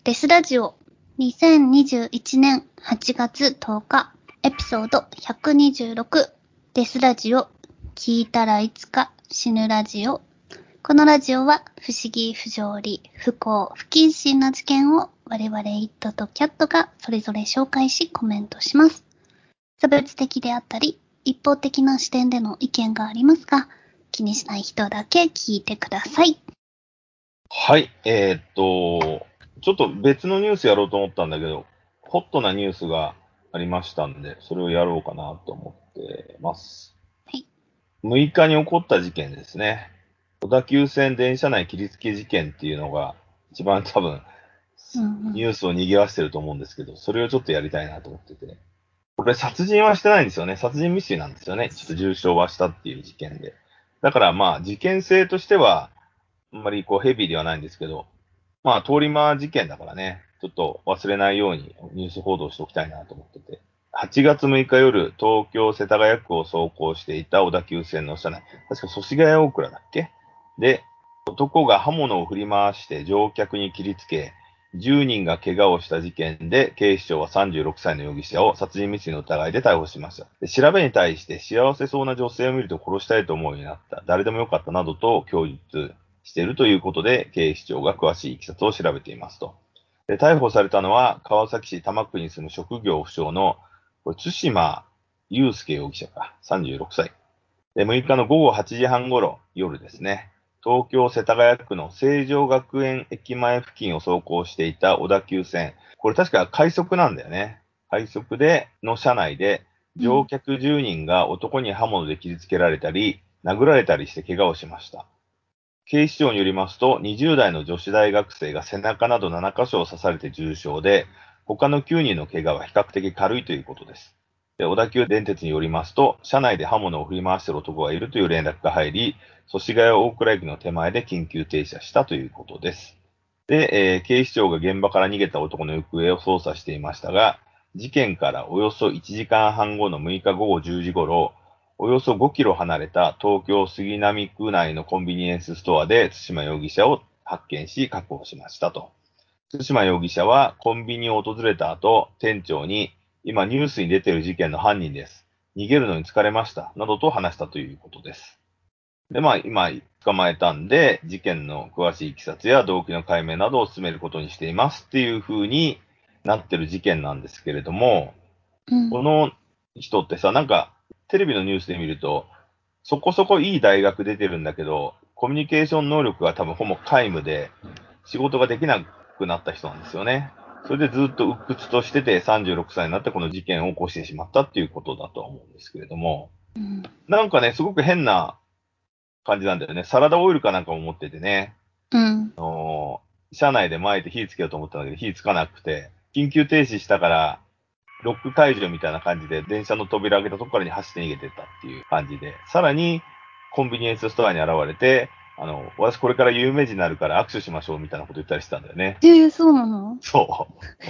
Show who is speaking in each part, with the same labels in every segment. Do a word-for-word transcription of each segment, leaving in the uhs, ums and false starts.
Speaker 1: デスラジオにせんにじゅういちねんはちがつとおかエピソードひゃくにじゅうろくデスラジオ聞いたらいつか死ぬラジオ。このラジオは不思議、不条理、不幸、不謹慎な事件を我々イットとキャットがそれぞれ紹介しコメントします。差別的であったり一方的な視点での意見がありますが、気にしない人だけ聞いてください。
Speaker 2: はい、えー、っと、ちょっと別のニュースやろうと思ったんだけど、ホットなニュースがありましたんで、それをやろうかなと思ってます。
Speaker 1: はい。
Speaker 2: むいかに起こった事件ですね。小田急線電車内切りつけ事件っていうのが一番多分、
Speaker 1: うんうん、
Speaker 2: ニュースを賑わしてると思うんですけど、それをちょっとやりたいなと思ってて。これ殺人はしてないんですよね。殺人未遂なんですよね。ちょっと重傷はしたっていう事件で。だからまあ、事件性としては、あんまりこうヘビーではないんですけど、まあ、通り魔事件だからね、ちょっと忘れないようにニュース報道しておきたいなと思ってて。はちがつむいか夜、東京世田谷区を走行していた小田急線の車内、確か祖師ヶ谷大倉だっけで、男が刃物を振り回して乗客に切りつけ、じゅうにんが怪我をした事件で、警視庁はさんじゅうろくさいの容疑者を殺人未遂の疑いで逮捕しました。で調べに対して幸せそうな女性を見ると殺したいと思うようになった。誰でもよかったなどと供述しているということで、警視庁が詳しい経緯を調べていますと。で逮捕されたのは、川崎市多摩区に住む職業不詳の、これ津島祐介容疑者か、さんじゅうろくさい。でむいかのごごはちじはん頃、夜ですね。東京世田谷区の成城学園駅前付近を走行していた小田急線。これ確か快速なんだよね。快速で、の車内で、乗客じゅうにんが男に刃物で切りつけられたり、殴られたりして怪我をしました。警視庁によりますと、にじゅう代の女子大学生が背中などななかしょを刺されて重傷で、他のきゅうにんの怪我は比較的軽いということです。で小田急電鉄によりますと、車内で刃物を振り回している男がいるという連絡が入り、祖師ヶ谷大倉駅の手前で緊急停車したということです。で、えー警視庁が現場から逃げた男の行方を捜査していましたが、事件からおよそいちじかんはん後のむいかごごじゅうじ頃、およそごキロ離れた東京杉並区内のコンビニエンスストアで対馬容疑者を発見し確保しましたと。対馬容疑者はコンビニを訪れた後、店長に今ニュースに出ている事件の犯人です。逃げるのに疲れました。などと話したということです。で、まあ今捕まえたんで、事件の詳しい経緯や動機の解明などを進めることにしていますっていう風になってる事件なんですけれども、
Speaker 1: うん、
Speaker 2: この人ってさ、なんかテレビのニュースで見ると、そこそこいい大学出てるんだけど、コミュニケーション能力が多分ほぼ皆無で、仕事ができなくなった人なんですよね。それでずっと鬱屈としててさんじゅうろくさいになってこの事件を起こしてしまったっていうことだとは思うんですけれども、
Speaker 1: うん、
Speaker 2: なんかね、すごく変な感じなんだよね。サラダオイルかなんかも持っててね、
Speaker 1: うん、
Speaker 2: あのー車内で巻いて火つけようと思ったんだけど、火つかなくて、緊急停止したから、ロック解除みたいな感じで、電車の扉開けたとこからに走って逃げてったっていう感じで、さらに、コンビニエンスストアに現れて、あの、私これから有名人になるから握手しましょうみたいなこと言ったりしてたんだよね。
Speaker 1: えー、そうなの？
Speaker 2: そう。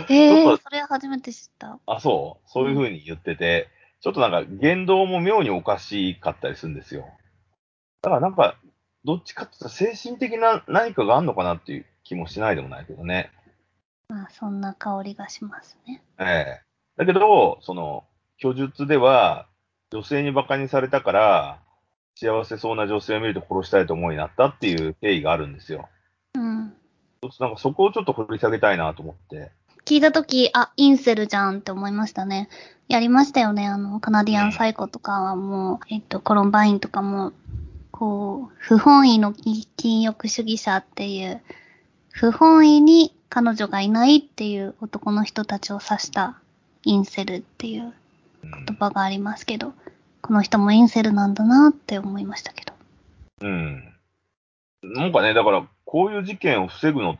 Speaker 2: ちょっ
Speaker 1: えー、
Speaker 2: と、
Speaker 1: それ初めて知った。
Speaker 2: あ、そう。そういう
Speaker 1: うん、
Speaker 2: 風に言ってて、ちょっとなんか言動も妙におかしかったりするんですよ。だからなんか、どっちかって言ったら精神的な何かがあるのかなっていう気もしないでもないけどね。
Speaker 1: まあ、そんな香りがしますね。
Speaker 2: ええ。だけど、その、供述では、女性に馬鹿にされたから、幸せそうな女性を見ると殺したいと思いになったっていう経緯があるんですよ。
Speaker 1: うん。
Speaker 2: なんかそこをちょっと掘り下げたいなと思って。
Speaker 1: 聞いたとき、あ、インセルじゃんって思いましたね。やりましたよね。あの、カナディアンサイコとかはもう、えっと、コロンバインとかも、こう、不本意の禁欲主義者っていう、不本意に彼女がいないっていう男の人たちを指したインセルっていう言葉がありますけど、この人もインセルなんだなって思いましたけど。
Speaker 2: うん。なんかね、だから、こういう事件を防ぐのって、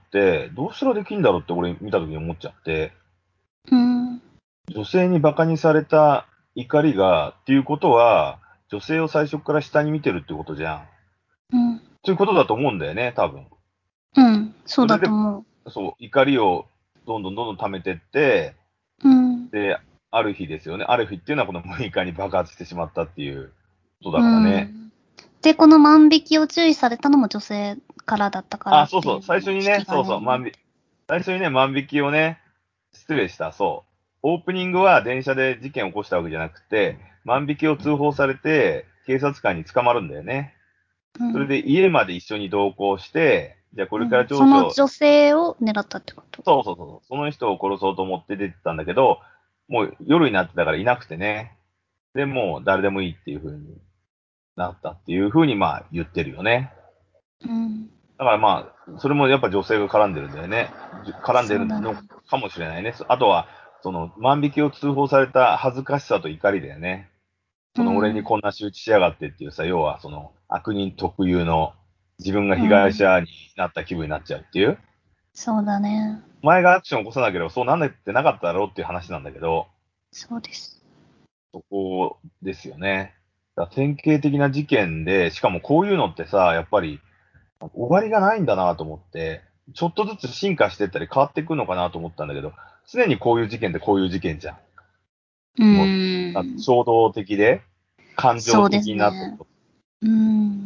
Speaker 2: どうしたらできるんだろうって俺見た時に思っちゃって、
Speaker 1: うーん。
Speaker 2: 女性に馬鹿にされた怒りが、っていうことは、女性を最初から下に見てるってことじゃん。
Speaker 1: うん。
Speaker 2: ということだと思うんだよね、多分。
Speaker 1: うん。そう
Speaker 2: それで、
Speaker 1: だと思
Speaker 2: そう、怒りをどんどんどんどん溜めてって、
Speaker 1: う。うん。
Speaker 2: で、ある日ですよね。ある日っていうのはこのむいかに爆発してしまったっていうこと
Speaker 1: う
Speaker 2: だからね。
Speaker 1: ん。で、この万引きを注意されたのも女性からだったから
Speaker 2: あ、
Speaker 1: ってい
Speaker 2: そうそう。
Speaker 1: うのも引
Speaker 2: 最初にね、そうそう、
Speaker 1: き金にな
Speaker 2: 万引
Speaker 1: って。
Speaker 2: 最初にね、万引きをね、失礼した、そう。オープニングは電車で事件を起こしたわけじゃなくて、万引きを通報されて、警察官に捕まるんだよね。
Speaker 1: うん。
Speaker 2: それで家まで一緒に同行して、じゃあこれから
Speaker 1: うん、その
Speaker 2: 調書、
Speaker 1: 女性を狙ったってこと？
Speaker 2: そうそうそう、その人を殺そうと思って出てたんだけど、もう夜になってたからいなくてね。で、もう誰でもいいっていう風になったっていう風にまあ言ってるよね。
Speaker 1: うん。
Speaker 2: だからまあ、それもやっぱ女性が絡んでるんだよね。絡んでるの
Speaker 1: そうだね。
Speaker 2: かもしれないね。あとは、その万引きを通報された恥ずかしさと怒りだよね。
Speaker 1: う
Speaker 2: この俺に
Speaker 1: ん。
Speaker 2: こんな仕打ちしやがってっていうさ、要はその悪人特有の自分が被害
Speaker 1: うん。
Speaker 2: 者になった気分になっちゃうっていう。
Speaker 1: そうだね。
Speaker 2: お前がアクションを起こさなければそうなんなってなかっただろうっていう話なんだけど、
Speaker 1: そうです。
Speaker 2: そこですよね。だから典型的な事件で、しかもこういうのってさ、やっぱり終わりがないんだなと思って、ちょっとずつ進化していったり変わっていくのかなと思ったんだけど、常にこういう事件ってこういう事件じゃん。
Speaker 1: う
Speaker 2: もう、あ
Speaker 1: ん。
Speaker 2: 衝動的で、感情
Speaker 1: そうで
Speaker 2: 的になってる
Speaker 1: すね。
Speaker 2: と。
Speaker 1: うん。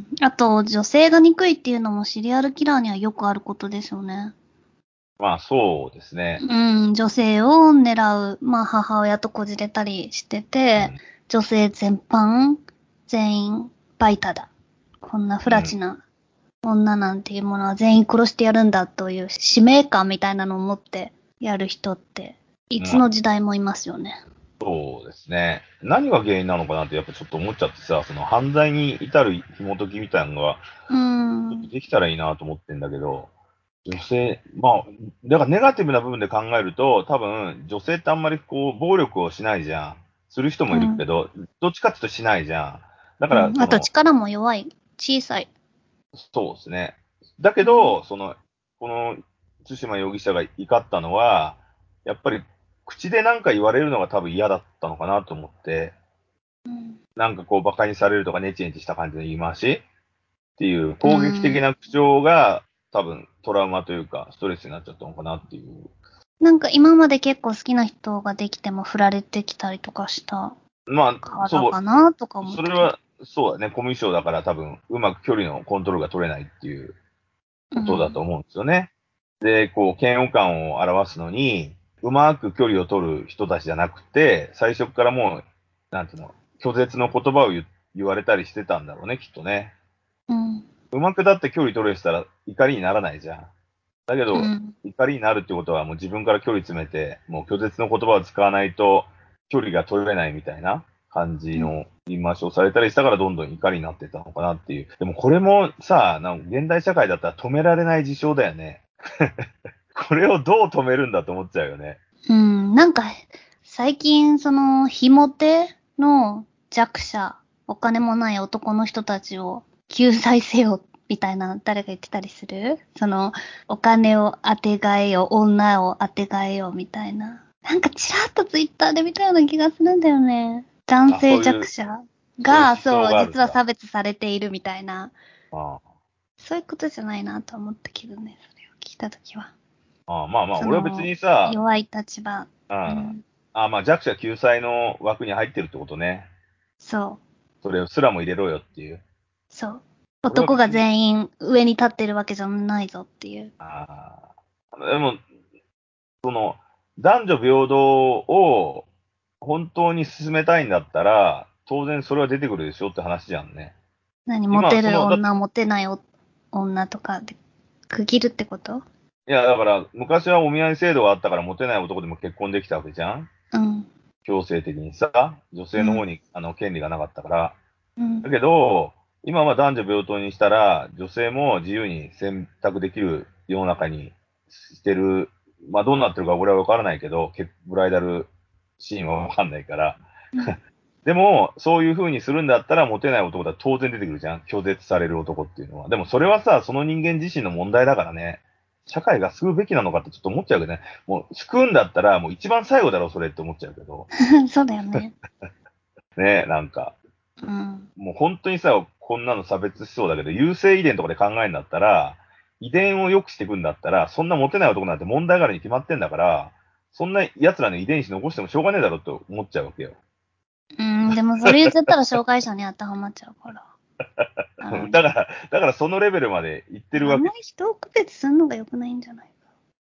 Speaker 1: あと、女性が憎いっていうのもシリアルキラーにはよくあることですよね。
Speaker 2: まあそうですね。
Speaker 1: うん、女性を狙う、まあ母親とこじれたりしてて、
Speaker 2: うん。
Speaker 1: 女性全般、全員、バイタだ。こんな不
Speaker 2: うん。
Speaker 1: 埒な女なんていうものは全員殺してやるんだという使命感みたいなのを持ってやる人って、いつ
Speaker 2: まあ、
Speaker 1: の時代もいますよね。
Speaker 2: そうですね。何が原因なのかなってやっぱちょっと思っちゃってさ、その犯罪に至る紐解きみたいなのが、
Speaker 1: うーん。
Speaker 2: ちょっとできたらいいなと思ってんだけど、女性、まあ、だからネガティブな部分で考えると、多分、女性ってあんまりこう、暴力をしないじゃん。する人もいる
Speaker 1: うん。
Speaker 2: けど、どっちかっていうとしないじゃん。だから、
Speaker 1: うん。あと
Speaker 2: その、
Speaker 1: 力も弱い。小さい。
Speaker 2: そうですね。だけ
Speaker 1: うん。
Speaker 2: ど、その、この、対馬容疑者が怒ったのは、やっぱり、口でなんか言われるのが多分嫌だったのかなと思って、
Speaker 1: うん。
Speaker 2: なんかこう、馬鹿にされるとかネチネチした感じの言い回しっていう
Speaker 1: う
Speaker 2: 攻撃的
Speaker 1: ん。
Speaker 2: な口調が、多分、トラウマというか、ストレスになっちゃったのかなっていう。
Speaker 1: なんか今まで結構好きな人ができても振られてきたりとかした
Speaker 2: まあ、
Speaker 1: から
Speaker 2: そう、
Speaker 1: かなとか思ったけど。
Speaker 2: それは、そうだね、コミュ障だから多分、うまく距離のコントロールが取れないっていうことだと
Speaker 1: うん。
Speaker 2: 思うんですよね。で、こう、嫌悪感を表すのに、うまく距離を取る人たちじゃなくて、最初からもう、なんていうの、拒絶の言葉を言言われたりしてたんだろうね、きっとね。
Speaker 1: うん。
Speaker 2: うまくだって距離取れてたら怒りにならないじゃん。だけど、
Speaker 1: うん。
Speaker 2: 怒りになるってことはもう自分から距離詰めて、もう拒絶の言葉を使わないと距離が取れないみたいな感じ
Speaker 1: うん。
Speaker 2: の言い回しをされたりしたからどんどん怒りになってったのかなっていう。でもこれもさ、なんか現代社会だったら止められない事象だよね。これをどう止めるんだと思っちゃうよね。
Speaker 1: うん。なんか、最近、その、ひも手の弱者、お金もない男の人たちを救済せよ、みたいな、誰が言ってたりする？その、お金を当てがえよ、女を当てがえよ、みたいな。なんか、ちらっとツイッターで見たような気がするんだよね。男
Speaker 2: あ、そ
Speaker 1: 性
Speaker 2: ういう、
Speaker 1: 弱者が、
Speaker 2: そういう思想
Speaker 1: そう、
Speaker 2: があるんだ。
Speaker 1: 実は差別されているみたいな。
Speaker 2: あ
Speaker 1: そういうことじゃないなと思ったけどね、それを聞いたときは。
Speaker 2: あ、まあまあ、俺は別
Speaker 1: その、
Speaker 2: にさ、
Speaker 1: 弱い立場。
Speaker 2: うん。
Speaker 1: うん。
Speaker 2: あまあ弱者救済の枠に入ってるってことね。
Speaker 1: そう。
Speaker 2: それすらも入れろよっていう。
Speaker 1: そう。
Speaker 2: 俺は
Speaker 1: 男が
Speaker 2: 別に、
Speaker 1: 全員上に立ってるわけじゃないぞっていう。
Speaker 2: ああ、でも、その、男女平等を本当に進めたいんだったら、当然それは出てくるでしょって話じゃんね。
Speaker 1: 何、モ
Speaker 2: 今、
Speaker 1: テ
Speaker 2: その、だって、
Speaker 1: る女、モテない女とかで区切るってこと？
Speaker 2: いや、だから、昔はお見合い制度があったからモテない男でも結婚できたわけじゃん。
Speaker 1: うん。
Speaker 2: 強制的にさ、女
Speaker 1: うん。
Speaker 2: 性の方に、あの、権利がなかったから。
Speaker 1: うん。
Speaker 2: だけど、今は男女平等にしたら、女性も自由に選択できる世の中にしてる。まあ、どうなってるか俺はわからないけど、結ブライダルシーンはわかんないから。
Speaker 1: うん。
Speaker 2: でも、そういう風にするんだったら、モテない男だ当然出てくるじゃん。拒絶される男っていうのは。でも、それはさ、その人間自身の問題だからね。社会が救うべきなのかってちょっと思っちゃうけどね。もう、救うんだったら、もう一番最後だろ、それって思っちゃうけど。
Speaker 1: そうだよね。
Speaker 2: ね、なんか。
Speaker 1: うん。
Speaker 2: もう本当にさ、こんなの差別しそうだけど、優性遺伝とかで考えるんだったら、遺伝を良くしていくんだったら、そんなモテない男なんて問題があるに決まってんだから、そんな奴らの遺伝子残してもしょうがねえだろって思っちゃうわけよ。
Speaker 1: うん、でもそれ言っちゃったら障害者に当てはまっちゃうから。あの、
Speaker 2: だから、だからそのレベルまで行ってるわけ。
Speaker 1: あんまり人を区別するのが良くないんじゃないか。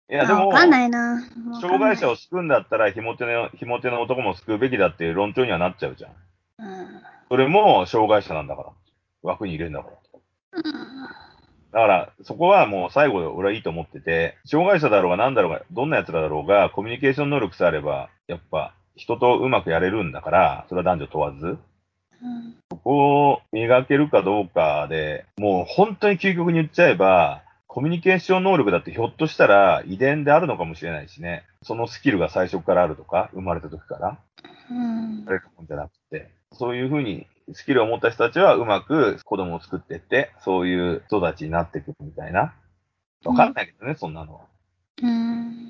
Speaker 2: いや、で
Speaker 1: あ、わかん
Speaker 2: も、
Speaker 1: ないな。わかんない。
Speaker 2: 障害者を救うんだったら、ひも手の、ひも手の男も救うべきだっていう論調にはなっちゃうじゃん。
Speaker 1: うん。
Speaker 2: それも障害者なんだから。枠に入れるんだから。
Speaker 1: うん。
Speaker 2: だから、そこはもう最後、俺はいいと思ってて、障害者だろうが何だろうが、どんな奴らだろうが、コミュニケーション能力さえあれば、やっぱ、人とうまくやれるんだから、それは男女問わず、そこを磨けるかどうかで、もう本当に究極に言っちゃえば、コミュニケーション能力だってひょっとしたら遺伝であるのかもしれないしね。そのスキルが最初からあるとか、生まれた時から、
Speaker 1: うん。
Speaker 2: あれるもんじゃなくて、そういうふうにスキルを持った人たちはうまく子供を作っていって、そういう人たちになっていくみたいな。わかんないけどね、そんなのは。
Speaker 1: うん。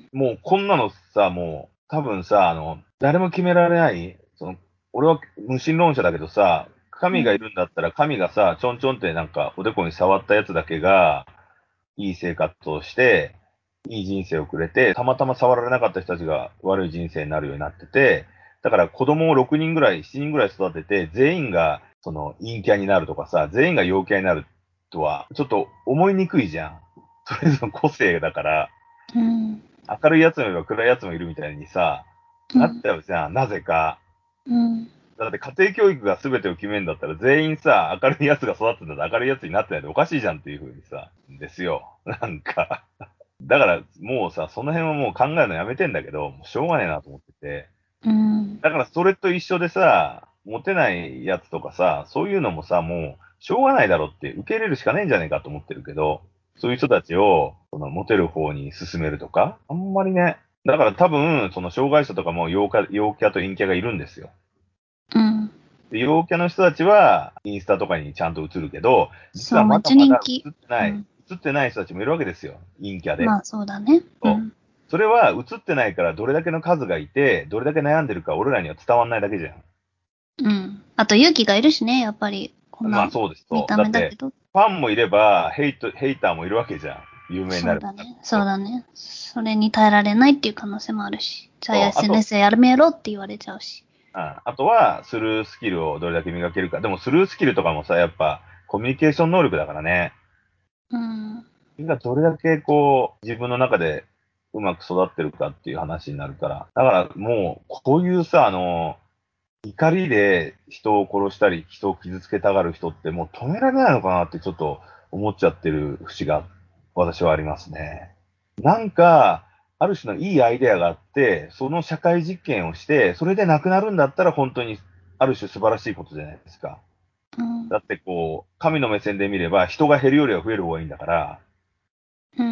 Speaker 2: もうこんなのさ、もう多分さ、あの、誰も決められない、その、俺は無神論者だけどさ、神がいるんだったら神がさ、ちょんちょんってなんかおでこに触ったやつだけが、いい生活をして、いい人生をくれて、たまたま触られなかった人たちが悪い人生になるようになってて、だから子供をろくにんぐらい、しちにんぐらい育てて、全員が、その、陰キャになるとかさ、全員が陽キャになるとは、ちょっと思いにくいじゃん。それぞれ個性だから、
Speaker 1: うん。
Speaker 2: 明るい奴もいれば暗い奴もいるみたいにさ、なっちゃうじゃん、なぜか。
Speaker 1: うん。
Speaker 2: だって家庭教育が全てを決めるんだったら全員さ、明るい奴が育つんだったら明るい奴になってないとおかしいじゃんっていう風にさ、ですよ。なんか。だからもうさ、その辺はもう考えるのやめてんだけど、もうしょうがねえなと思ってて。
Speaker 1: うん。
Speaker 2: だからそれと一緒でさ、モテないやつとかさ、そういうのもさ、もうしょうがないだろって受け入れるしかねえんじゃねえかと思ってるけど、そういう人たちを、そのモテる方に進めるとか、あんまりね。だから多分、その障害者とかも陽キャ、陽キャと陰キャがいるんですよ。
Speaker 1: うん。
Speaker 2: で陽キャの人たちは、インスタとかにちゃんと映るけど、実
Speaker 1: そう、
Speaker 2: は
Speaker 1: めっちゃ
Speaker 2: まだまだ
Speaker 1: 人気。
Speaker 2: 映ってない、
Speaker 1: うん。
Speaker 2: 映ってない人たちもいるわけですよ。陰キャで。
Speaker 1: まあ、そうだね。う
Speaker 2: そう。
Speaker 1: ん。
Speaker 2: それは映ってないからどれだけの数がいて、どれだけ悩んでるか俺らには伝わんないだけじゃん。
Speaker 1: うん。あと、勇気がいるしね、やっぱり。こんな
Speaker 2: まあそうですと。
Speaker 1: 見た
Speaker 2: だって、
Speaker 1: 目だけど。
Speaker 2: ファンもいれば、ヘイト、ヘイターもいるわけじゃん。有名になる
Speaker 1: そうだね。そうだね。それに耐えられないっていう可能性もあるし。じゃあ
Speaker 2: と。あと、
Speaker 1: エスエヌエス やめろって言われちゃうし。
Speaker 2: うん、あとは、スルースキルをどれだけ磨けるか。でも、スルースキルとかもさ、やっぱ、コミュニケーション能力だからね。
Speaker 1: うん。
Speaker 2: みんなどれだけこう、自分の中でうまく育ってるかっていう話になるから。だからもう、こういうさ、あの、怒りで人を殺したり、人を傷つけたがる人ってもう止められないのかなってちょっと思っちゃってる節が私はありますね。なんか、ある種のいいアイデアがあって、その社会実験をして、それでなくなるんだったら本当にある種素晴らしいことじゃないですか。
Speaker 1: うん。
Speaker 2: だってこう、神の目線で見れば人が減るよりは増える方がいいんだから、
Speaker 1: うん。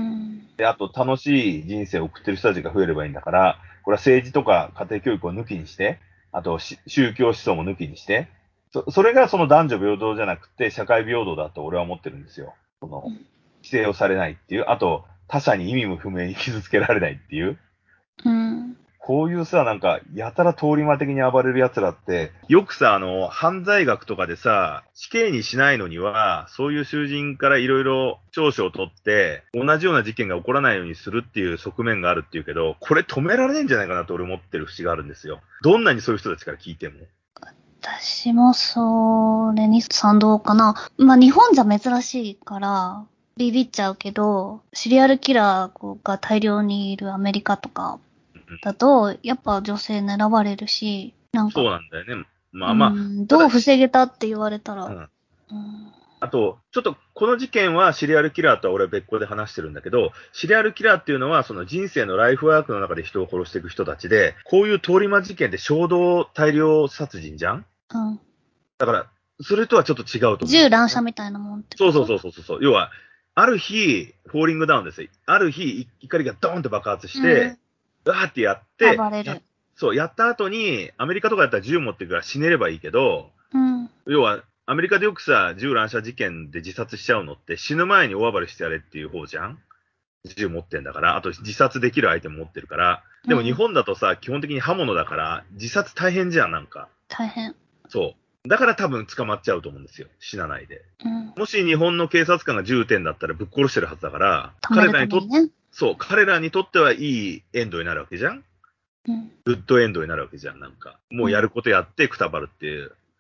Speaker 2: で、あと楽しい人生を送ってる人たちが増えればいいんだから、これは政治とか家庭教育を抜きにして、あとし宗教思想も抜きにして、そ、それがその男女平等じゃなくて社会平等だと俺は思ってるんですよ。その、規制をされないっていう、あと他者に意味も不明に傷つけられないっていう。
Speaker 1: うん。
Speaker 2: こういうさ、なんか、やたら通り魔的に暴れる奴らって、よくさ、あの、犯罪学とかでさ、死刑にしないのには、そういう囚人からいろいろ調書を取って、同じような事件が起こらないようにするっていう側面があるっていうけど、これ止められないんじゃないかなと俺思ってる節があるんですよ。どんなにそういう人たちから聞いても。
Speaker 1: 私もそれに賛同かな。まあ日本じゃ珍しいからビビっちゃうけど、シリアルキラーが大量にいるアメリカとか
Speaker 2: うん
Speaker 1: だと、やっぱ女性狙われるし、なんか、
Speaker 2: そうなんだよね。ま
Speaker 1: う
Speaker 2: あまあ、
Speaker 1: ん、
Speaker 2: ただ、
Speaker 1: どう防げたって言われたら、
Speaker 2: うん。
Speaker 1: うん、
Speaker 2: あと、ちょっとこの事件はシリアルキラーとは俺は別個で話してるんだけど、シリアルキラーっていうのはその人生のライフワークの中で人を殺していく人たちで、こういう通り魔事件で衝動大量殺人じゃん
Speaker 1: うん。
Speaker 2: だから、それとはちょっと違うと思うんで
Speaker 1: 銃
Speaker 2: すよね。
Speaker 1: 乱射みたいなもんって
Speaker 2: そうそう
Speaker 1: こと？
Speaker 2: そうそうそう。要は、ある日、フォーリングダウンですよ。ある日、い怒りがドーンと爆発し
Speaker 1: う
Speaker 2: て、
Speaker 1: ん。
Speaker 2: わーってやって、や、
Speaker 1: 暴れる。
Speaker 2: そう、やった後に、アメリカとかだったら銃持ってくから死ねればいいけど、
Speaker 1: うん。
Speaker 2: 要は、アメリカでよくさ、銃乱射事件で自殺しちゃうのって死ぬ前に大暴れしてやれっていう方じゃん銃持ってんだから。あと自殺できる相手も持ってるから。でも日
Speaker 1: うん。
Speaker 2: 本だとさ、基本的に刃物だから、自殺大変じゃん、なんか。
Speaker 1: 大変。
Speaker 2: そう。だから多分捕まっちゃうと思うんですよ。死なないで。
Speaker 1: うん。
Speaker 2: もし日本の警察官が銃撃んだったらぶっ殺してるはずだから、
Speaker 1: 止める
Speaker 2: 彼らにとっ、
Speaker 1: ためにね。
Speaker 2: そう、彼らにとってはいいエンドになるわけじゃん
Speaker 1: うん。
Speaker 2: グッドエンドになるわけじゃん、なんか。もうやることやってくたばるっていう。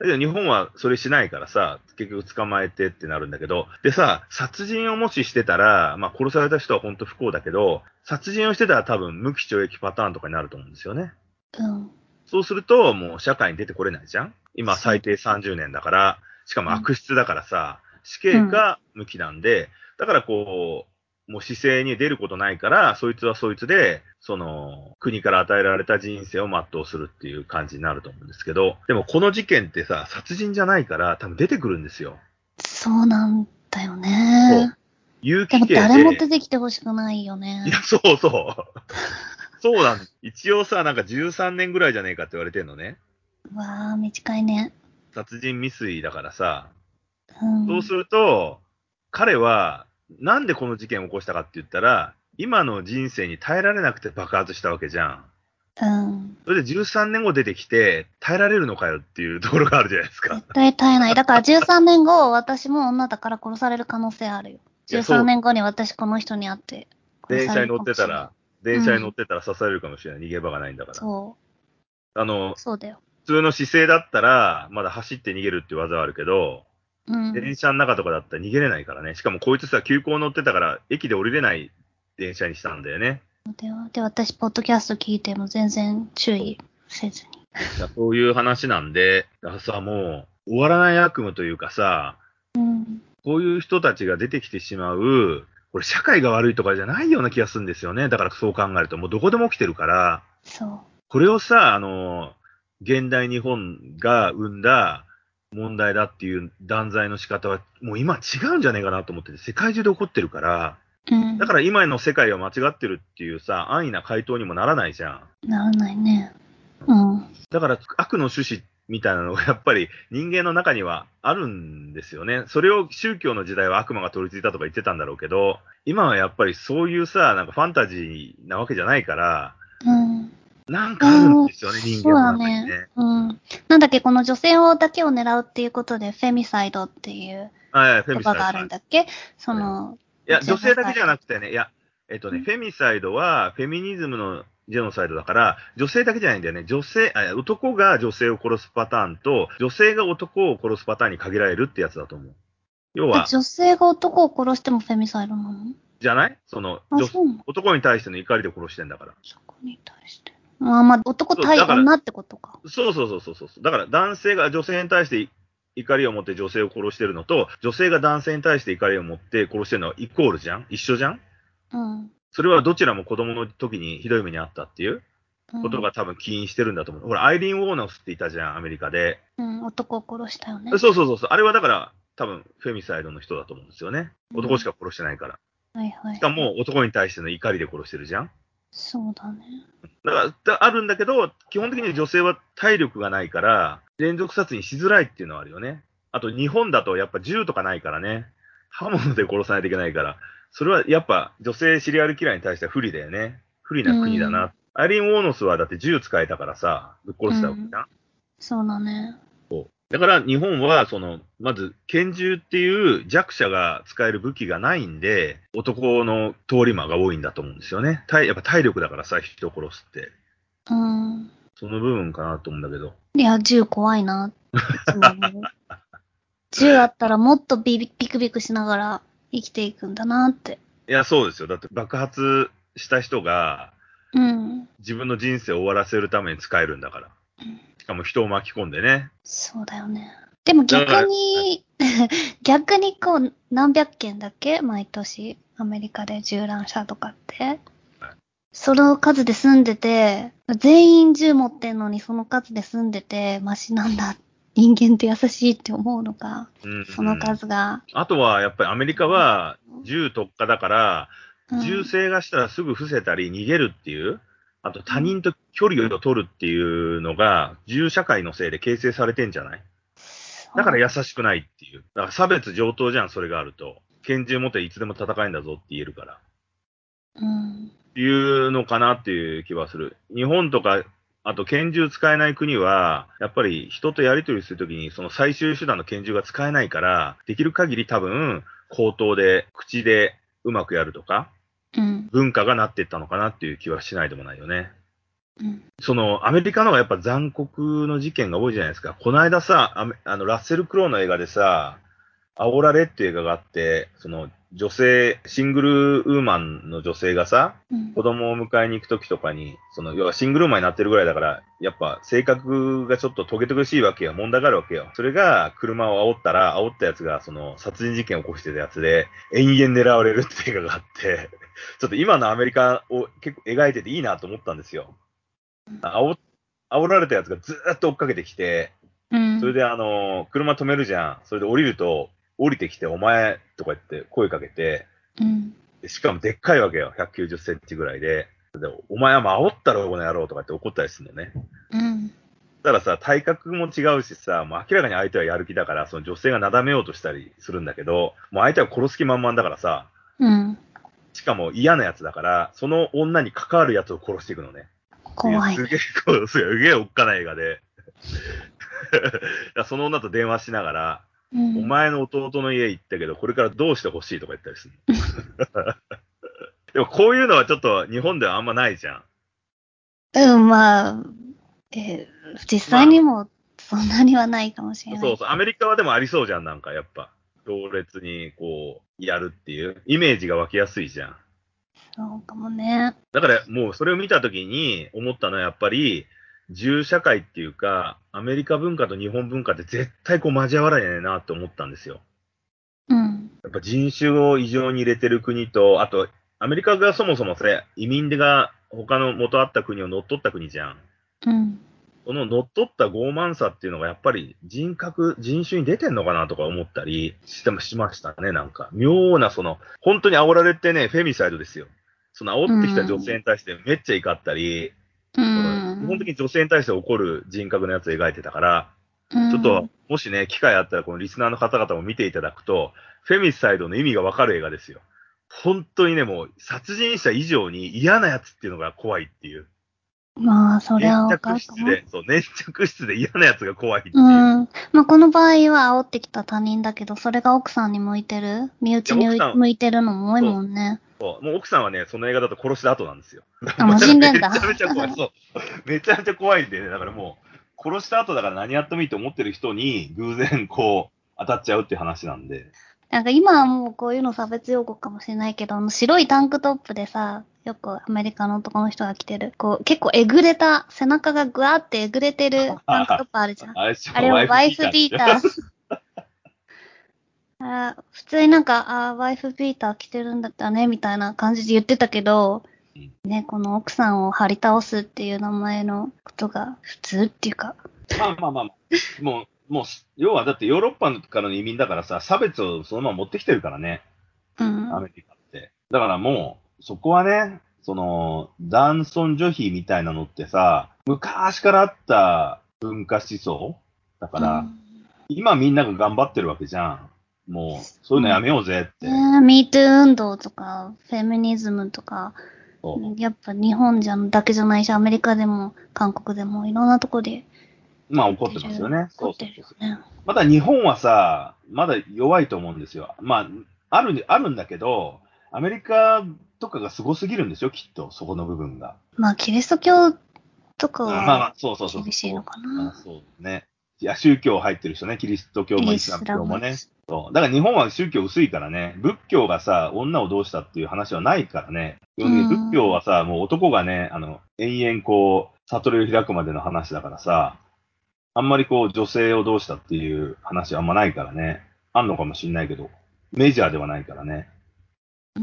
Speaker 2: だけど日本はそれしないからさ、結局捕まえてってなるんだけど、でさ、殺人をもししてたら、まあ殺された人は本当不幸だけど、殺人をしてたら多分無期懲役パターンとかになると思うんですよね。
Speaker 1: うん。
Speaker 2: そうすると、もう社会に出てこれないじゃん。今
Speaker 1: そう
Speaker 2: 最低さんじゅうねんだから、しかも悪質だからさ、死
Speaker 1: うん
Speaker 2: 刑か無期なんで、だからこう、もう市政に出ることないから、そいつはそいつで、その、国から与えられた人生を全うするっていう感じになると思うんですけど、でもこの事件ってさ、殺人じゃないから多分出てくるんですよ。
Speaker 1: そうなんだよ
Speaker 2: そう。
Speaker 1: ね。でも
Speaker 2: 有期刑で、
Speaker 1: 誰も出てきてほしくないよ
Speaker 2: いや、
Speaker 1: ね。
Speaker 2: そうそう。そうなん一応さ、なんかじゅうさんねんぐらいじゃねえかって言われてんのね。
Speaker 1: うわあ、短いね。
Speaker 2: 殺人未遂だからさ、
Speaker 1: うん。
Speaker 2: そうすると、彼は、なんでこの事件を起こしたかって言ったら、今の人生に耐えられなくて爆発したわけじゃん。
Speaker 1: うん。
Speaker 2: それでじゅうさんねんご出てきて、耐えられるのかよっていうところがあるじゃないですか。
Speaker 1: 絶対耐えない。だからじゅうさんねんご、私も女だから殺される可能性あるよ。
Speaker 2: いや、
Speaker 1: 13
Speaker 2: そう、
Speaker 1: 年後に私この人に会って殺される
Speaker 2: 電車に乗
Speaker 1: かもしれない。
Speaker 2: ってたら、電車に乗っ
Speaker 1: うん。
Speaker 2: てたら刺されるかもしれない。逃げ場がないんだから。
Speaker 1: そう。
Speaker 2: あの、
Speaker 1: そうだよ。
Speaker 2: 普通の姿勢だったら、まだ走って逃げるって技はあるけど、
Speaker 1: うん。
Speaker 2: 電車の中とかだったら逃げれないからね。しかもこいつさ、急行乗ってたから、駅で降りれない電車にしたんだよね。
Speaker 1: で、で私、ポッドキャスト聞いても全然注意せずに。
Speaker 2: だそういう話なんで、だからさ、もう、終わらない悪夢というかさ、
Speaker 1: うん。
Speaker 2: こういう人たちが出てきてしまう、これ社会が悪いとかじゃないような気がするんですよね。だからそう考えると、もうどこでも起きてるから、
Speaker 1: そ
Speaker 2: これをさ、あの、現代日本が生んだ問題だっていう断罪の仕方は、もう今違うんじゃねえかなと思ってて、世界中で起こってるから、
Speaker 1: う。うん。
Speaker 2: だから今の世界は間違ってるっていうさ、安易な回答にもならないじゃん。
Speaker 1: ならないね。うん。
Speaker 2: だから悪の趣旨みたいなのがやっぱり人間の中にはあるんですよね。それを宗教の時代は悪魔が取り付いたとか言ってたんだろうけど、今はやっぱりそういうさ、なんかファンタジーなわけじゃないから、
Speaker 1: うん。
Speaker 2: なんかあるん
Speaker 1: うん、
Speaker 2: ですよね、人
Speaker 1: そう
Speaker 2: 間の
Speaker 1: だね。
Speaker 2: 中にね。
Speaker 1: うん。なんだっけ、この女性をだけを狙うっていうことで、フェミサイドっていう
Speaker 2: あ、いや、フェ
Speaker 1: 言葉があ
Speaker 2: ミサイド。はい。
Speaker 1: るんだっけ。そ
Speaker 2: はい。
Speaker 1: の、
Speaker 2: いや、
Speaker 1: ジェ
Speaker 2: 女性だけじゃ
Speaker 1: ノサイド。
Speaker 2: なくてね、いや、えっとね、
Speaker 1: ん
Speaker 2: フェミサイドはフェミニズムのジェノサイドだから、女性だけじゃないんだよね。女性、あ男が女性を殺すパターンと、女性が男を殺すパターンに限られるってやつだと思う。要
Speaker 1: あ、
Speaker 2: は、
Speaker 1: 女性が男を殺してもフェミサイドなの？
Speaker 2: じゃないその、
Speaker 1: あ、
Speaker 2: 女、
Speaker 1: そうなの？
Speaker 2: 男に対しての怒りで殺してんだから。
Speaker 1: そこに対して。まあまあ、男
Speaker 2: そう、だから、
Speaker 1: 対女ってことか。
Speaker 2: そうそうそうそうそう。だから男性が女性に対して怒りを持って女性を殺してるのと、女性が男性に対して怒りを持って殺してるのはイコールじゃん一緒じゃん
Speaker 1: うん。
Speaker 2: それはどちらも子供の時にひどい目にあったっていうこと
Speaker 1: うん。
Speaker 2: が多分起因してるんだと思う。ほら、アイリーン・ウォーノフっていたじゃん、アメリカで。
Speaker 1: うん。男を殺したよ
Speaker 2: そう
Speaker 1: ね。
Speaker 2: そうそうそう。あれはだから多分フェミサイドの人だと思うんですよね。
Speaker 1: うん。
Speaker 2: 男しか殺してないから。
Speaker 1: はいはいはい。
Speaker 2: しかも男に対しての怒りで殺してるじゃん
Speaker 1: そうだね。
Speaker 2: だから、あるんだけど、基本的に女性は体力がないから、連続殺人しづらいっていうのはあるよね。あと、日本だとやっぱ銃とかないからね。刃物で殺さないといけないから。それはやっぱ女性シリアルキラーに対しては不利だよね。不利
Speaker 1: う
Speaker 2: な国だ
Speaker 1: ん。
Speaker 2: な。アイリーン・ウォーノスはだって銃使えたからさ、ぶっ殺したわけ
Speaker 1: うん。
Speaker 2: じゃん。
Speaker 1: そうだね。
Speaker 2: だから日本は、その、まず拳銃っていう弱者が使える武器がないんで、男の通り魔が多いんだと思うんですよね。体やっぱ体力だからさ、人を殺すって。
Speaker 1: うん。
Speaker 2: その部分かなと思うんだけど。
Speaker 1: いや、銃怖いな。いつも思う。銃あったらもっとビビビクビクしながら生きていくんだなって。
Speaker 2: いや、そうですよ。だって爆発した人が
Speaker 1: うん。
Speaker 2: 自分の人生を終わらせるために使えるんだから。しかも人を巻き込んでね。
Speaker 1: そうだよね。でも逆
Speaker 2: だから、
Speaker 1: に、逆にこう、何百件だっけ毎年、アメリカで銃乱射とかって。その数で住んでて、全員銃持ってんのにその数で住んでて、マシなんだ。人間って優しいって思うのか。
Speaker 2: うんうん、
Speaker 1: その数が。
Speaker 2: あとはやっぱりアメリカは銃特化だから、
Speaker 1: うん。
Speaker 2: 銃声がしたらすぐ伏せたり逃げるっていう、あと
Speaker 1: うん。
Speaker 2: 他人と距離を取るっていうのが銃社会のせいで形成されてんじゃないだから優
Speaker 1: そ
Speaker 2: しくないっていう。だから差別上等じゃん、それがあると。拳銃持っていつでも戦えんだぞって言えるから。
Speaker 1: う。うん。
Speaker 2: いうのかなっていう気はする。日本とか、あと拳銃使えない国は、やっぱり人とやり取りするときに、その最終手段の拳銃が使えないから、できる限り多分、口頭で、口でうまくやるとか、
Speaker 1: うん。
Speaker 2: 文化がなっていったのかなっていう気はしないでもないよね。
Speaker 1: うん、
Speaker 2: その、アメリカの方がやっぱ残酷の事件が多いじゃないですか。この間さ、アメあの、ラッセル・クロウの映画でさ、煽られっていう映画があって、その、女性、シングルウーマンの女性がさ、
Speaker 1: うん、
Speaker 2: 子供を迎えに行くときとかに、その、要はシングルウーマンになってるぐらいだから、やっぱ性格がちょっとトゲトゲしいわけよ。問題があるわけよ。それが車を煽ったら、煽ったやつがその、殺人事件を起こしてたやつで、延々狙われるっていう映画があって、ちょっと今のアメリカを結構描いてていいなと思ったんですよ。煽、煽られたやつがずーっと追っかけてきて、
Speaker 1: うん、
Speaker 2: それであの、車止めるじゃん。それで降りると、降りてきて、お前とか言って声かけて、
Speaker 1: うん、
Speaker 2: しかもでっかいわけよ。ひゃくきゅうじゅっセンチぐらいで。でお前は煽ったろ、この野郎とかって怒ったりするのね。
Speaker 1: うん。
Speaker 2: たださ、体格も違うしさ、もう明らかに相手はやる気だから、その女性がなだめようとしたりするんだけど、もう相手は殺す気満々だからさ、
Speaker 1: うん。
Speaker 2: しかも嫌なやつだから、その女に関わるやつを殺していくのね。っていう、
Speaker 1: 怖いね。
Speaker 2: すげえ、こう、すげえおっかない映画で。その女と電話しながら、お
Speaker 1: うん。
Speaker 2: 前の弟の家行ったけど、これからどうしてほしいとか言ったりする。でもこういうのはちょっと日本ではあんまないじゃん。
Speaker 1: うん、まあ、えー実際
Speaker 2: ま
Speaker 1: にもそんなにはないかもしれ
Speaker 2: あ、
Speaker 1: ない。
Speaker 2: そうそう、アメリカはでもありそうじゃん、なんかやっぱ。強烈にこう、やるっていうイメージが湧きやすいじゃん。
Speaker 1: そうかもね。
Speaker 2: だからもうそれを見たときに思ったのはやっぱり、銃社会っていうか、アメリカ文化と日本文化って絶対こう交わらねえなって思ったんですよ。
Speaker 1: うん。
Speaker 2: やっぱ人種を異常に入れてる国と、あと、アメリカがそもそもそれ、移民が他の元あった国を乗っ取った国じゃん。
Speaker 1: うん。
Speaker 2: その乗っ取った傲慢さっていうのがやっぱり人格、人種に出てんのかなとか思ったりしてしましたね、なんか。妙なその、本当に煽られてね、フェミサイドですよ。その煽
Speaker 1: う
Speaker 2: ってきた女性
Speaker 1: ん。
Speaker 2: に対してめっちゃ怒ったり、
Speaker 1: う
Speaker 2: その基本的
Speaker 1: ん。
Speaker 2: に女性に対して怒る人格のやつを描いてたから、
Speaker 1: う
Speaker 2: ちょっと、
Speaker 1: ん。
Speaker 2: もしね、機会あったらこのリスナーの方々も見ていただくと、フェミサイドの意味がわかる映画ですよ。本当にね、もう殺人者以上に嫌なやつっていうのが怖いっていう。
Speaker 1: まあ、それ
Speaker 2: 粘
Speaker 1: はわかるかも。
Speaker 2: 着質で、そう、粘着質で嫌なやつが怖いっ
Speaker 1: う
Speaker 2: ていう。
Speaker 1: ん。まあ、この場合は煽ってきた他人だけど、それが奥さんに向いてる身
Speaker 2: いや、
Speaker 1: 内
Speaker 2: 奥さん、
Speaker 1: に向いてるのも多い
Speaker 2: そう
Speaker 1: もんね。
Speaker 2: そう、もう奥さんはね、その映画だと殺した後なんですよ。
Speaker 1: あ、もう死んでんだ。
Speaker 2: めちゃめちゃ怖い。そう。めちゃめちゃ怖いんでね、だからもう、殺した後だから何やってもいいと思ってる人に、偶然こう、当たっちゃうっていう話なんで。
Speaker 1: なんか今はもうこういうの差別用語かもしれないけど、あの白いタンクトップでさ、よくアメリカの男の人が着てる、こう結構えぐれた、背中がぐわーってえぐれてるタンクトップあるじゃん。
Speaker 2: あれでしょ、
Speaker 1: あれ
Speaker 2: ワイフ
Speaker 1: をワイフ
Speaker 2: ビーターでしょ。
Speaker 1: ビーター。あー普通になんか、あーワイフビーター着てるんだったね、みたいな感じで言ってたけど、
Speaker 2: うん
Speaker 1: ね、この奥さんを張り倒すっていう名前のことが普通っていうか、
Speaker 2: まあまあまあ、もう、もう、要はだってヨーロッパからの移民だからさ、差別をそのまま持ってきてるからね、
Speaker 1: うん。
Speaker 2: アメリカって。だからもう、そこはね、その、男尊女卑みたいなのってさ、昔からあった文化思想だから、
Speaker 1: うん。
Speaker 2: 今みんなが頑張ってるわけじゃん。もう、そういうのやめようぜって。
Speaker 1: ね、ミートゥー運動とか、フェミニズムとか、
Speaker 2: そ
Speaker 1: やっぱ日本じゃだけじゃないし、アメリカでも韓国でもいろんなとこで
Speaker 2: う。まあ
Speaker 1: やっ
Speaker 2: 怒って
Speaker 1: てる、
Speaker 2: ますよね。
Speaker 1: 怒って
Speaker 2: そうそうそう。
Speaker 1: るよね。
Speaker 2: まだ日本はさ、まだ弱いと思うんですよ。まあ、ある、あるんだけど、アメリカとかがすごすぎるんですよ、きっと、そこの部分が。
Speaker 1: まあ、キリスト教とか
Speaker 2: あまあま
Speaker 1: は
Speaker 2: あ、そうそうそう
Speaker 1: 厳しいの
Speaker 2: そう。
Speaker 1: かな。
Speaker 2: あそうね。いや、宗教入ってる人ね、キリスト教も
Speaker 1: イ
Speaker 2: イスラム
Speaker 1: スラム。
Speaker 2: 教もね。そう。だから日本は宗教薄いからね、仏教がさ、女をどうしたっていう話はないからね。基
Speaker 1: う
Speaker 2: 本的に仏教
Speaker 1: ん。
Speaker 2: はさ、もう男がね、あの、延々こう、悟りを開くまでの話だからさ、あんまりこう、女性をどうしたっていう話はあんまないからね。あんのかもしんないけど、メジャーではないからね。
Speaker 1: うん。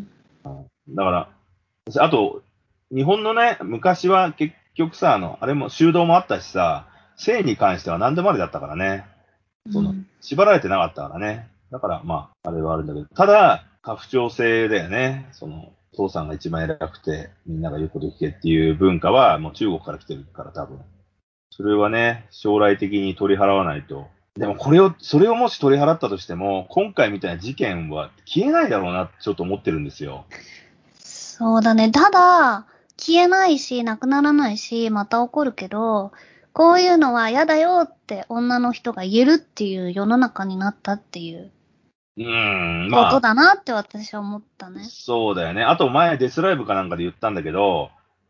Speaker 2: だから、あと、日本のね、昔は結局さ、あの、あれも、修道もあったしさ、性に関しては何でもありだったからね。その、
Speaker 1: うん。
Speaker 2: 縛られてなかったからね。だから、まあ、あれはあるんだけど、ただ、家父長制だよね。その、父さんが一番偉くて、みんなが言うこと聞けっていう文化は、もう中国から来てるから多分。それはね、将来的に取り払わないと。でもこれを、それをもし取り払ったとしても、今回みたいな事件は消えないだろうなってちょっと思ってるんですよ。
Speaker 1: そうだね。ただ、消えないし、なくならないし、また起こるけど、こういうのは嫌だよって女の人が言えるっていう世の中になったっていう
Speaker 2: うーん、まあ、
Speaker 1: ことだなって私は思ったね。
Speaker 2: そうだよね。あと前デスライブかなんかで言ったんだけど、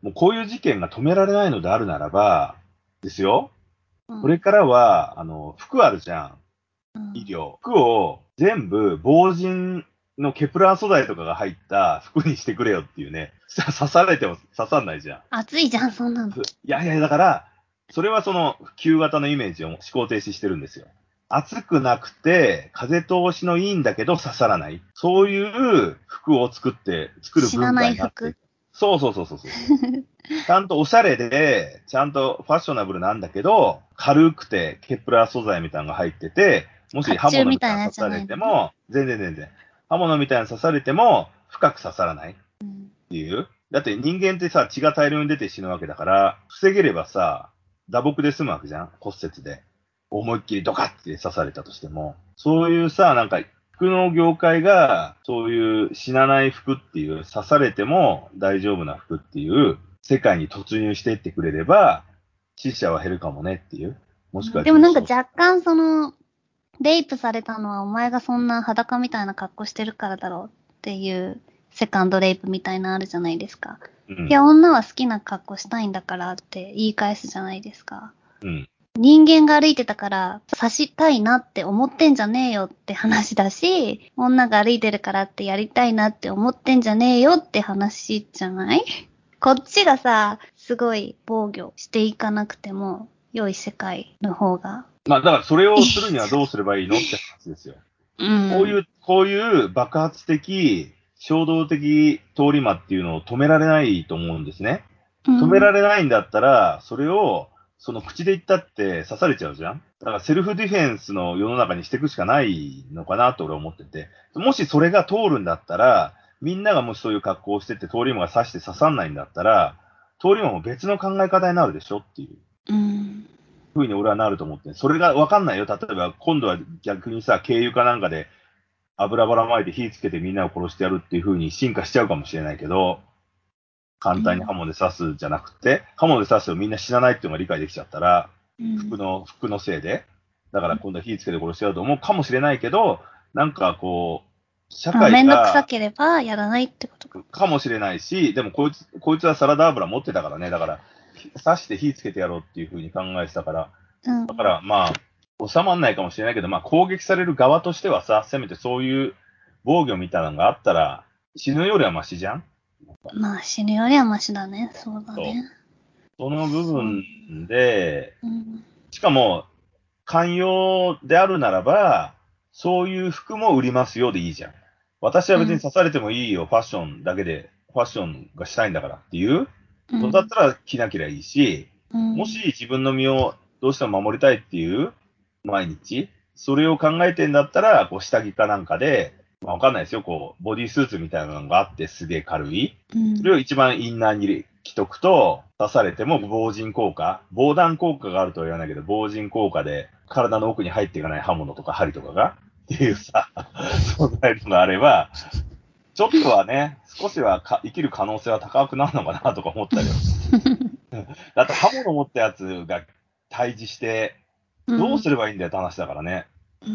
Speaker 2: もうこういう事件が止められないのであるならば、ですよ。
Speaker 1: うん、
Speaker 2: これからは、あの、服あるじゃん。医療。服を全部防塵のケプラー素材とかが入った服にしてくれよっていうね。刺されても刺さんないじゃん。
Speaker 1: 暑いじゃん、そんなの。
Speaker 2: いやいや、だから、それはその旧型のイメージを思考停止してるんですよ。暑くなくて、風通しのいいんだけど刺さらない。そういう服を作って、作る文化になっていく。そうそうそうそうそう。ちゃんとおしゃれで、ちゃんとファッショナブルなんだけど、軽くてケプラー素材みたいなのが入ってて、もし刃物みたいなの刺されても、全然全然。刃物みたいなの刺されても、深く刺さらないっていう。だって人間ってさ、血が大量に出て死ぬわけだから、防げればさ、打撲で済むわけじゃん、骨折で。思いっきりドカッて刺されたとしても。そういうさ、なんか、服の業界が、そういう死なない服っていう、刺されても大丈夫な服っていう世界に突入していってくれれば、死者は減るかもねっていう。もしくは
Speaker 1: でもなんか若干その、レイプされたのはお前がそんな裸みたいな格好してるからだろうっていうセカンドレイプみたいなのあるじゃないですか。うん、いや、女は好きな格好したいんだからって言い返すじゃないですか。うん、人間が歩いてたから刺したいなって思ってんじゃねえよって話だし、女が歩いてるからってやりたいなって思ってんじゃねえよって話じゃない？こっちがさ、すごい防御していかなくても良い世界の方が。
Speaker 2: まあだからそれをするにはどうすればいいのって話ですよ。うん、こういう、こういう爆発的、衝動的通り魔っていうのを止められないと思うんですね。止められないんだったら、それを、その口で言ったって刺されちゃうじゃん。だからセルフディフェンスの世の中にしていくしかないのかなと俺は思ってて。もしそれが通るんだったら、みんながもしそういう格好をしてて通り魔が刺して刺さんないんだったら、通り魔も別の考え方になるでしょっていう。うんふうに俺はなると思って、それがわかんないよ。例えば、今度は逆にさ、軽油かなんかで油ばらまいて火つけてみんなを殺してやるっていう風に進化しちゃうかもしれないけど、簡単に刃物で刺すじゃなくて、刃物で刺すとみんな死なないっていうのが理解できちゃったら、服の、服のせいで、だから今度は火つけて殺しちゃうと思うかもしれないけど、なんかこう、社会が。
Speaker 1: めんどくさければやらないってことか。
Speaker 2: かもしれないし、でもこいつ、こいつはサラダ油持ってたからね、だから、刺して火つけてやろうっていう風に考えてたから、うん、だからまあ、収まんないかもしれないけど、まあ攻撃される側としてはさ、せめてそういう防御みたいなのがあったら、死ぬよりはマシじゃん？
Speaker 1: まあ死ぬよりはマシだね。そうだね。
Speaker 2: そ, その部分で、うん、しかも、寛容であるならば、そういう服も売りますよでいいじゃん。私は別に刺されてもいいよ、うん、ファッションだけで、ファッションがしたいんだからっていう、うん、のだったら着なきゃいいし、うん、もし自分の身をどうしても守りたいっていう毎日、それを考えてんだったら、こう下着かなんかで、まあわかんないですよ、こう、ボディースーツみたいなのがあってすげえ軽い。うん、それを一番インナーに着とくと、刺されても防塵効果、防弾効果があるとは言わないけど、防塵効果で体の奥に入っていかない刃物とか針とかが、っていうさ、そんなのがあれば、ちょっとはね、少しはか生きる可能性は高くなるのかなとか思ったり。だって刃物持ったやつが対峙して、どうすればいいんだよって話だからね。
Speaker 1: うん、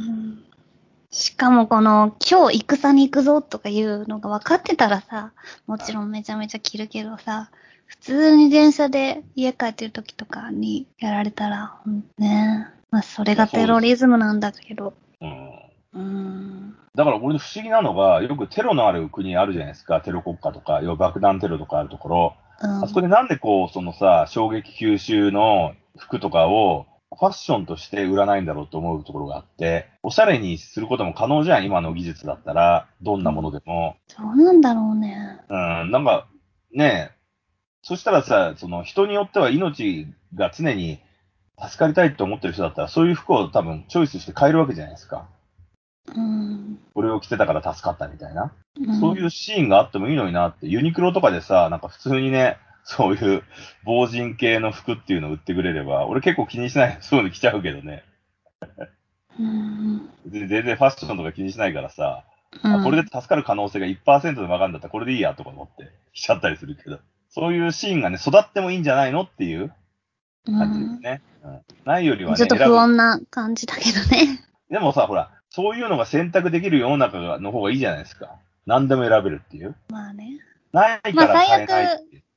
Speaker 1: しかもこの、今日戦に行くぞとかいうのが分かってたらさ、もちろんめちゃめちゃ着るけどさ、普通に電車で家帰ってる時とかにやられたら、ね、まあそれがテロリズムなんだけど。うん。
Speaker 2: うん。だから俺不思議なのが、よくテロのある国あるじゃないですか、テロ国家とか、要は爆弾テロとかあるところ。うん、あそこでなんでこう、そのさ、衝撃吸収の服とかを、ファッションとして売らないんだろうと思うところがあって、おしゃれにすることも可能じゃん、今の技術だったら、どんなものでも。
Speaker 1: うん、そうなんだろうね。
Speaker 2: うん、なんか、ねえ、そしたらさ、その人によっては命が常に助かりたいと思ってる人だったら、そういう服を多分チョイスして買えるわけじゃないですか。うん。これを着てたから助かったみたいな。うん、そういうシーンがあってもいいのになって、ユニクロとかでさ、なんか普通にね、そういう防塵系の服っていうのを売ってくれれば、俺結構気にしない、そういうの着ちゃうけどね。うん、全然ファッションとか気にしないからさ、うん、あこれで助かる可能性が いちパーセント でも分かるんだったらこれでいいやとか思って着ちゃったりするけど、そういうシーンがね、育ってもいいんじゃないのっていう感じですね。うんうん、ないよりはね、
Speaker 1: ちょっと不穏な感じだけどね。
Speaker 2: でもさ、ほら、そういうのが選択できる世の中の方がいいじゃないですか。何でも選べるっていう。
Speaker 1: まあね。
Speaker 2: ないから買えないって。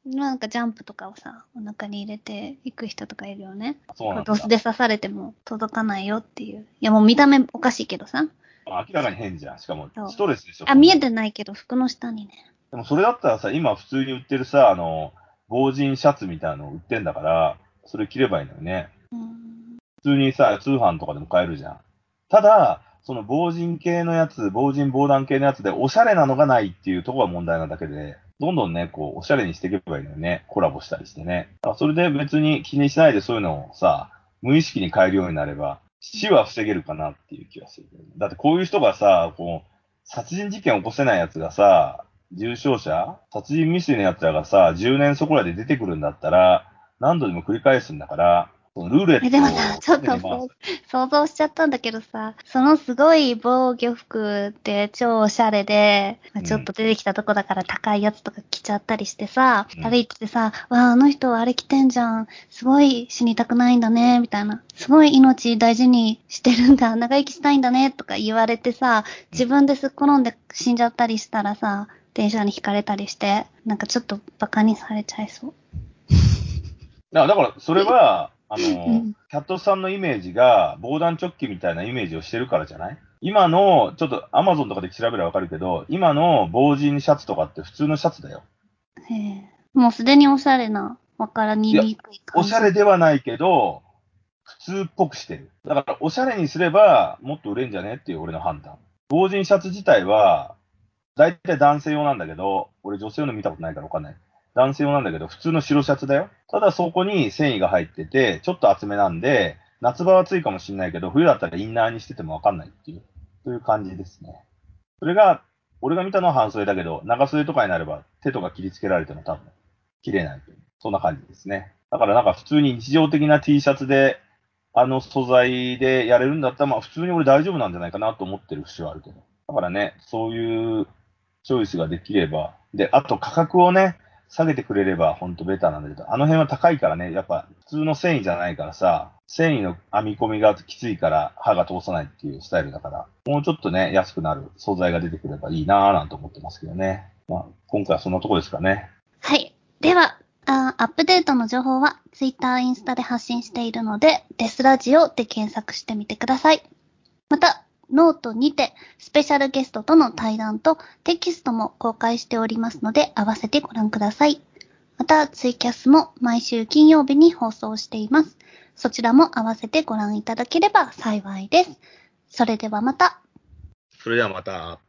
Speaker 1: なんかジャンプとかをさ、お腹に入れていく人とかいるよね。
Speaker 2: そうなんだ。
Speaker 1: ドスで刺されても届かないよっていう。いやもう見た目おかしいけどさ。
Speaker 2: 明らかに変じゃん。しかも、
Speaker 1: そう
Speaker 2: ストレスでしょ。
Speaker 1: あ、見えてないけど服の下にね。
Speaker 2: でもそれだったらさ、今普通に売ってるさ、あの、防塵シャツみたいなの売ってんだから、それ着ればいいのよね。
Speaker 1: うーん。
Speaker 2: 普通にさ、通販とかでも買えるじゃん。ただ、その防塵系のやつ、防塵防弾系のやつでおしゃれなのがないっていうところが問題なだけで、どんどんね、こう、おしゃれにしていけばいいのよね。コラボしたりしてね。あそれで別に気にしないでそういうのをさ、無意識に変えるようになれば、死は防げるかなっていう気がする。だってこういう人がさ、こう、殺人事件を起こせないやつがさ、重症者殺人未遂のやつらがさ、じゅうねんそこらで出てくるんだったら、何度でも繰り返すんだから、そのルーレ
Speaker 1: え、
Speaker 2: ット
Speaker 1: でもさ、ちょっと
Speaker 2: を常に回す
Speaker 1: そう想像しちゃったんだけどさ、そのすごい防御服って超おしゃれで、まあちょっと出てきたとこだから高いやつとか着ちゃったりしてさ、
Speaker 2: うん
Speaker 1: 歩いててさ、わあ、あの人あれ着てんじゃん。すごい死にたくないんだね、みたいな。すごい命大事にしてるんだ。長生きしたいんだね、とか言われてさ、自分ですっ転んで死んじゃったりしたらさ、電車にひかれたりして、なんかちょっとバカにされちゃいそう。
Speaker 2: だだから、それは、あ
Speaker 1: う
Speaker 2: の、
Speaker 1: ん。
Speaker 2: キャットさんのイメージが、防弾チョッキみたいなイメージをしてるからじゃない今の、ちょっとアマゾンとかで調べればわかるけど、今の防塵シャツとかって普通のシャツだよ。
Speaker 1: へえ。もうすでにおしゃれな、わからに
Speaker 2: いや、
Speaker 1: にくい感じ。
Speaker 2: おしゃれではないけど、普通っぽくしてる。だから、おしゃれにすれば、もっと売れんじゃねっていう俺の判断。防塵シャツ自体は、大体男性用なんだけど、俺女性用の見たことないからわかんない。男性用なんだけど、普通の白シャツだよ。ただそこに繊維が入ってて、ちょっと厚めなんで、夏場は暑いかもしれないけど、冬だったらインナーにしててもわかんないっていう、そういう感じですね。それが、俺が見たのは半袖だけど、長袖とかになれば手とか切り付けられても多分、切れないという。そんな感じですね。だからなんか普通に日常的な T シャツで、あの素材でやれるんだったら、まあ普通に俺大丈夫なんじゃないかなと思ってる節はあるけど。だからね、そういうチョイスができれば、で、あと価格をね、下げてくれれば本当ベターなんだけど、あの辺は高いからね、やっぱ普通の繊維じゃないからさ、繊維の編み込みがきついから刃が通さないっていうスタイルだから、もうちょっとね、安くなる素材が出てくればいいなぁなんて思ってますけどね。まあ、今回はそんなとこですかね。
Speaker 1: はい。では、あアップデートの情報は Twitter、インスタで発信しているので、デスラジオで検索してみてください。また、ノートにてスペシャルゲストとの対談とテキストも公開しておりますので、合わせてご覧ください。また、ツイキャスも毎週金曜日に放送しています。そちらも合わせてご覧いただければ幸いです。それではまた。
Speaker 2: それではまた。